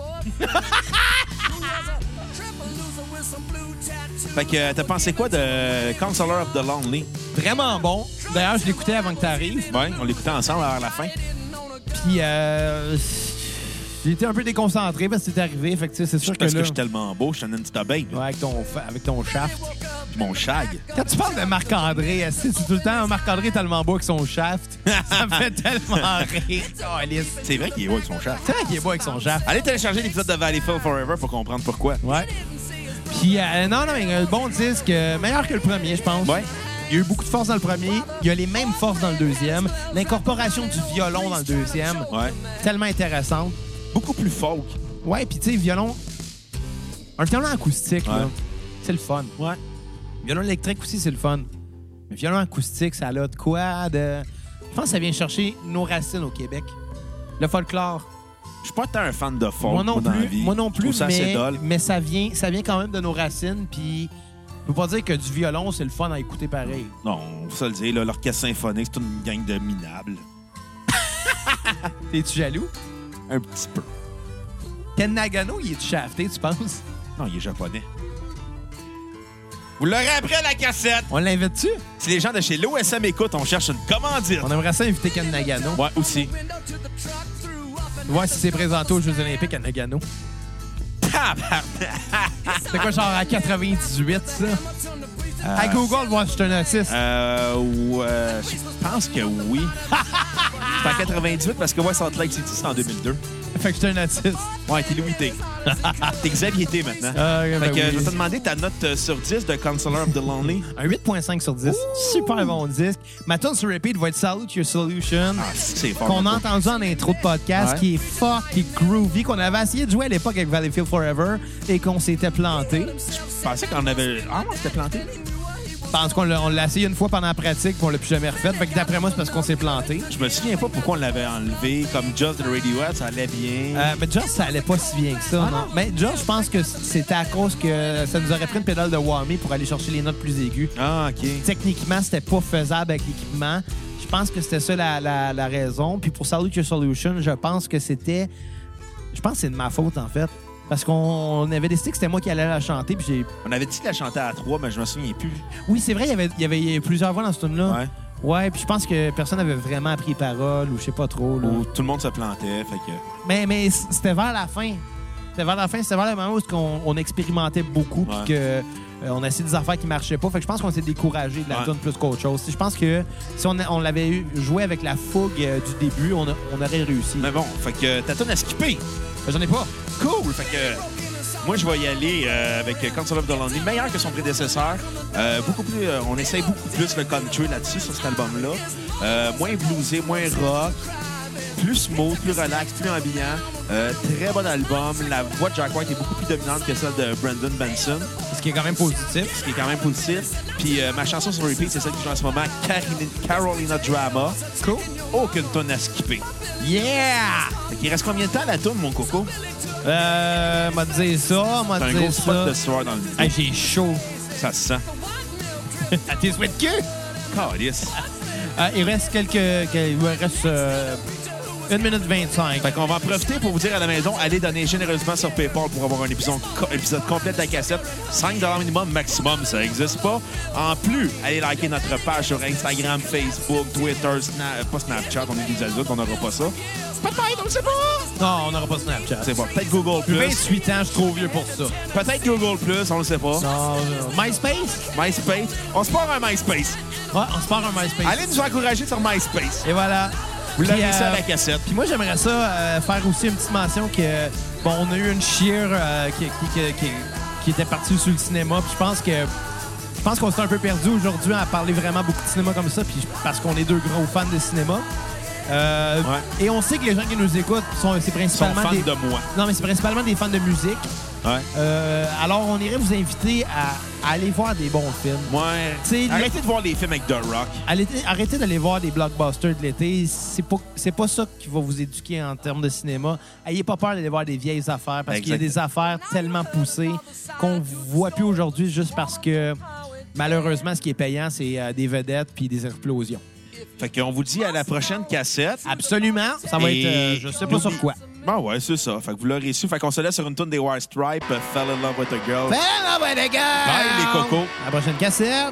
Fait que euh, t'as pensé quoi de Counselor of the Lonely? Vraiment bon. D'ailleurs, je l'écoutais avant que tu arrives. Ouais, on l'écoutait ensemble à la fin. Puis, euh, j'ai été un peu déconcentré parce que c'était arrivé. Fait que, tu sais, c'est sûr que Parce là... que je suis tellement beau, je suis un petit babe. Ouais, avec ton, fa- avec ton shaft. Mon shag. Quand tu parles de Marc-André, est-ce que c'est tout le temps Marc-André est tellement beau avec son shaft? Ça me fait tellement rire. Calisse. C'est vrai qu'il est beau avec son shag. C'est vrai qu'il est beau avec son shaft. Allez télécharger l'épisode de Valleyfield Forever pour comprendre pourquoi. Ouais. Puis, euh, non, non, mais un bon disque, euh, meilleur que le premier, je pense. Ouais. Il y a eu beaucoup de force dans le premier. Il y a les mêmes forces dans le deuxième. L'incorporation du violon dans le deuxième, Ouais. tellement intéressante. Beaucoup plus folk. Ouais, puis tu sais, violon... Un violon acoustique, là, Ouais. c'est le fun. Ouais. Violon électrique aussi, c'est le fun. Mais violon acoustique, ça a de quoi de... Je pense que ça vient chercher nos racines au Québec. Le folklore. Je suis pas tant un fan de folk Moi non dans la plus, vie. moi non Je trouve plus, ça assez mais, dole. mais ça, vient, ça vient quand même de nos racines, puis... Je peux pas dire que du violon, c'est le fun à écouter pareil. Non, faut ça le dire, là, l'orchestre symphonique, c'est une gang de minables. T'es-tu jaloux? Un petit peu. Ken Nagano, il est-tu shafté, tu penses? Non, il est japonais. Vous l'aurez appris à la cassette. On l'invite-tu? Si les gens de chez l'O S M écoutent, on cherche une commandite. On aimerait ça inviter Ken Nagano. Ouais, aussi. Ouais, si c'est présenté aux Jeux Olympiques à Nagano. Tabarnak. C'était quoi, genre à quatre-vingt-dix-huit, ça? Euh, À Google, moi, je suis un autiste. Euh, ouais, je pense que oui. C'est en quatre-vingt-dix-huit parce que ouais, Salt Lake City, c'est en deux mille deux. Fait que je suis un autiste. Ouais, t'es Louis T. T'es Xavier T maintenant. Ah, fait ben que oui. je vais te demander ta note euh, sur dix de Counselor of the Lonely. Un huit virgule cinq sur dix. Super bon disque. Ma tune sur repeat va être Salute Your Solution. Ah, c'est fort. Qu'on a mon gars. entendu en intro de podcast, Ouais. qui est fort, qui est groovy, qu'on avait essayé de jouer à l'époque avec Valleyfield Forever et qu'on s'était planté. Je pensais qu'on avait. Ah, moi, c'était planté. Je pense qu'on l'a, on l'a essayé une fois pendant la pratique, puis on l'a plus jamais refait. Fait que d'après moi, c'est parce qu'on s'est planté. Je me souviens pas pourquoi on l'avait enlevé. Comme Just de Radiohead, ça allait bien. Euh, mais Just, ça allait pas si bien que ça, Ah non? non? Mais Just, je pense que c'était à cause que ça nous aurait pris une pédale de whammy pour aller chercher les notes plus aiguës. Ah, OK. Techniquement, c'était pas faisable avec l'équipement. Je pense que c'était ça la, la, la raison. Puis pour Salute Your Solution, je pense que c'était... Je pense que c'est de ma faute, en fait. Parce qu'on on avait décidé que c'était moi qui allais la chanter. Puis j'ai... On avait dit de la chanter à trois, mais je me souviens plus. Oui, c'est vrai, il y avait, il y avait plusieurs voix dans ce tune-là. Ouais. Ouais, puis je pense que personne n'avait vraiment appris les paroles ou je sais pas trop. Là. Où tout le monde se plantait, fait que. Mais, mais c'était vers la fin. C'était vers la fin, c'était vers le moment où on, on expérimentait beaucoup puis Ouais. que euh, on a essayé des affaires qui marchaient pas. Fait que je pense qu'on s'est découragé de la Ouais. tune plus qu'autre chose. Je pense que si on, a- on l'avait eu- joué avec la fougue euh, du début, on, a- on aurait réussi. Mais bon, fait que ta tonne à skipper. J'en ai pas. Cool! Fait que Moi, je vais y aller euh, avec Council of the Lonely, meilleur que son prédécesseur. Euh, beaucoup plus, euh, on essaye beaucoup plus le country là-dessus, sur cet album-là. Euh, moins bluesé, moins rock. Plus smooth, plus relax, plus ambiant. Euh, très bon album. La voix de Jack White est beaucoup plus dominante que celle de Brandon Benson. Ce qui est quand même positif. Ce qui est quand même positif. Puis euh, ma chanson sur repeat, c'est celle qui joue en ce moment, Carolina Drama. Cool. Aucune tonne à skipper. Yeah! Fait qu'il reste combien de temps à la tourne, mon coco? Euh, m'a dit ça, m'a C'est un dit gros ça. spot de soir dans le dos. Hey, j'ai chaud. Ça se sent. À tes souhaits de queue? Calice. Euh, il reste quelques... quelques- il reste euh, une minute vingt-cinq. Fait qu'on va en profiter pour vous dire à la maison, allez donner généreusement sur PayPal pour avoir un épisode, co- épisode complet de la cassette. cinq dollars minimum maximum, ça n'existe pas. En plus, allez liker notre page sur Instagram, Facebook, Twitter, Sna- pas Snapchat, on est des adultes, on n'aura pas ça. Peut-être, on ne sait pas. Non, on n'aura pas Snapchat. C'est pas. Peut-être Google Plus Plus. vingt-huit ans, je suis trop vieux pour ça. Peut-être Google Plus, on ne sait pas. Non, non. MySpace? MySpace. On se part un MySpace. Ouais, on se part un MySpace. Allez nous encourager sur MySpace. Et voilà. Vous l'avez Puis, ça euh, à la cassette. Puis moi, j'aimerais ça euh, faire aussi une petite mention que, bon, on a eu une chire euh, qui, qui, qui, qui, qui était partie sur le cinéma. Puis je pense que je pense qu'on s'est un peu perdu aujourd'hui à parler vraiment beaucoup de cinéma comme ça, puis parce qu'on est deux gros fans de cinéma. Euh, Ouais. Et on sait que les gens qui nous écoutent sont, c'est Ils sont principalement fans des... de moi. Non, mais c'est principalement des fans de musique. Ouais. Euh, alors, on irait vous inviter à, à aller voir des bons films. Ouais. T'sais, Arrêtez de voir les films avec The Rock. Arrêtez, arrêtez d'aller voir des blockbusters de l'été. C'est pas, c'est pas ça qui va vous éduquer en termes de cinéma. Ayez pas peur d'aller voir des vieilles affaires parce qu'il y a des affaires tellement poussées qu'on voit plus aujourd'hui juste parce que, malheureusement, ce qui est payant, c'est euh, des vedettes puis des explosions. Fait qu'on vous dit à la prochaine cassette. Absolument. Ça va Et être, euh, je sais pas n'oublie- sur quoi. Ben ouais, c'est ça. Fait que vous l'aurez su. Fait qu'on se laisse sur une tune des White Stripes, euh, Fell in Love with a Girl. Ben, là, ben, les gars! Bye, les cocos. À la prochaine cassette.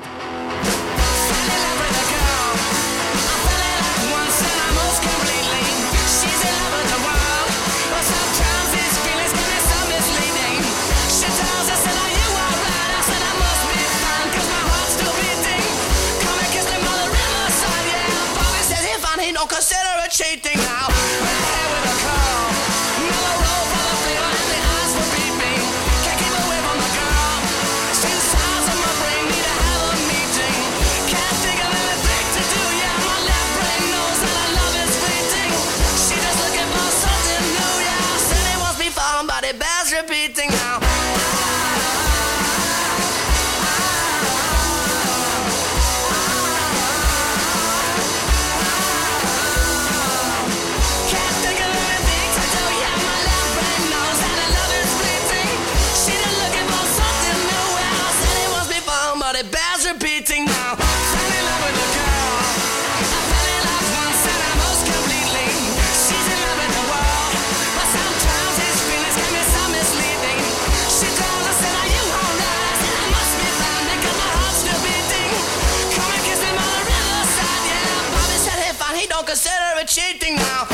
Don't consider it cheating now. Red hair with a curl, mellow roll for the flavor and the eyes for beeping. Can't keep away from the girl. She's size of my brain, need to have a meeting. Can't think of anything to do, yeah. My left brain knows that our love is fleeting. She just looking for something new, yeah. Said it wants me falling, but it bears repeating now. Repeating now. Fell in love with a girl. I fell in love once and I most completely. She's in love with the world, but sometimes his feelings can be so misleading. She told us that you won't last, and I must be found because my heart's still beating. Come and kiss me on the riverside, yeah. Bobby said hey fine, he don't consider it cheating now.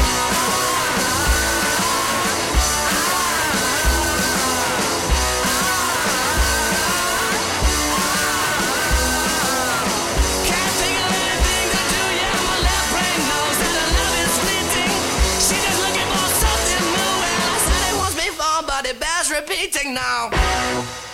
Repeating now.